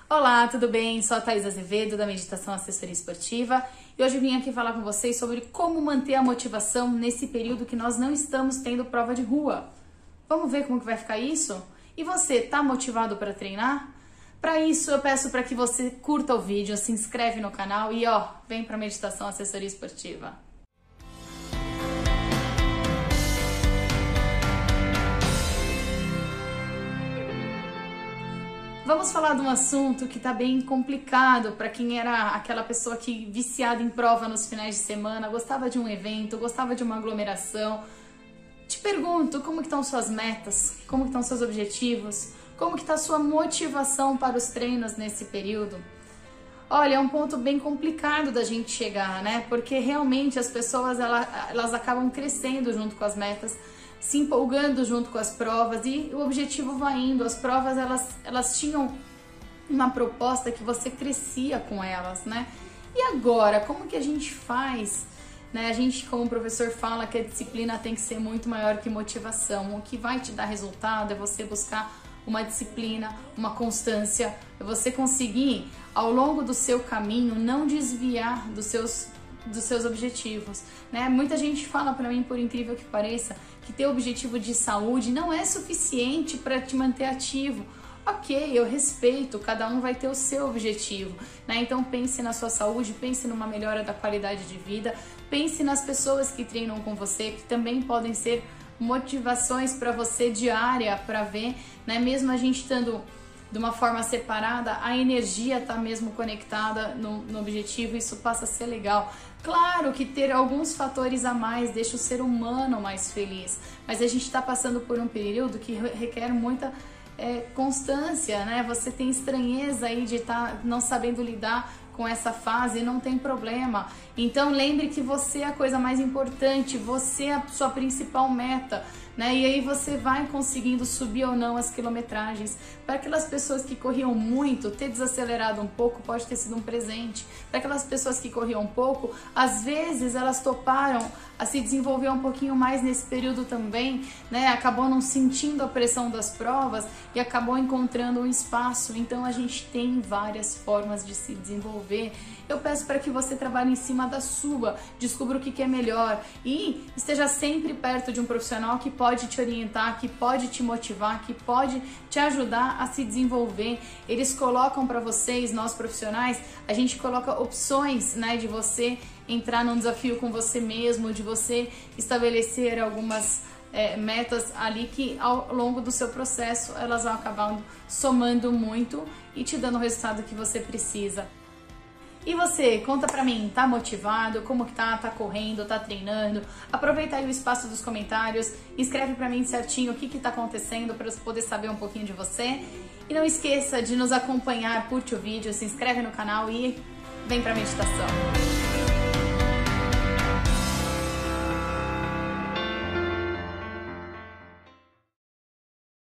Olá, tudo bem? Sou a Thaís Azevedo, da Meditação Assessoria Esportiva, e hoje eu vim aqui falar com vocês sobre como manter a motivação nesse período que nós não estamos tendo prova de rua. Vamos ver como que vai ficar isso? E você, tá motivado para treinar? Para isso, eu peço para que você curta o vídeo, se inscreve no canal e vem para Meditação Assessoria Esportiva. Vamos falar de um assunto que tá bem complicado para quem era aquela pessoa que viciada em prova nos finais de semana, gostava de um evento, gostava de uma aglomeração. Te pergunto, como que estão suas metas? Como que estão seus objetivos? Como que está a sua motivação para os treinos nesse período? Olha, é um ponto bem complicado da gente chegar, né? Porque realmente as pessoas elas acabam crescendo junto com as metas, se empolgando junto com as provas e o objetivo vai indo. As provas elas tinham uma proposta que você crescia com elas, né? E agora, como que a gente faz? Né? A gente, como professor, fala que a disciplina tem que ser muito maior que motivação. O que vai te dar resultado é você buscar uma disciplina, uma constância, é você conseguir ao longo do seu caminho não desviar dos seus objetivos, né? Muita gente fala para mim, por incrível que pareça, que ter objetivo de saúde não é suficiente para te manter ativo. Ok, eu respeito, cada um vai ter o seu objetivo, né? Então pense na sua saúde, pense numa melhora da qualidade de vida, pense nas pessoas que treinam com você, que também podem ser motivações para você diária, para ver, né? Mesmo a gente estando de uma forma separada, a energia tá mesmo conectada no objetivo, isso passa a ser legal. Claro que ter alguns fatores a mais deixa o ser humano mais feliz, mas a gente está passando por um período que requer muita constância, né? Você tem estranheza aí de estar não sabendo lidar com essa fase, não tem problema. Então lembre que você é a coisa mais importante, você é a sua principal meta, né? E aí você vai conseguindo subir ou não as quilometragens. Para aquelas pessoas que corriam muito, ter desacelerado um pouco pode ter sido um presente. Para aquelas pessoas que corriam pouco, às vezes elas toparam a se desenvolver um pouquinho mais nesse período também, né? Acabou não sentindo a pressão das provas e acabou encontrando um espaço. Então a gente tem várias formas de se desenvolver. Eu peço para que você trabalhe em cima da sua, descubra o que é melhor e esteja sempre perto de um profissional que pode te orientar, que pode te motivar, que pode te ajudar a se desenvolver. Eles colocam para vocês, nós profissionais, a gente coloca opções, né, de você entrar num desafio com você mesmo, de você estabelecer algumas metas ali que ao longo do seu processo elas vão acabar somando muito e te dando o resultado que você precisa. E você, conta pra mim, tá motivado? Como que tá? Tá correndo? Tá treinando? Aproveita aí o espaço dos comentários, escreve pra mim certinho o que tá acontecendo pra eu poder saber um pouquinho de você. E não esqueça de nos acompanhar, curte o vídeo, se inscreve no canal e vem pra meditação.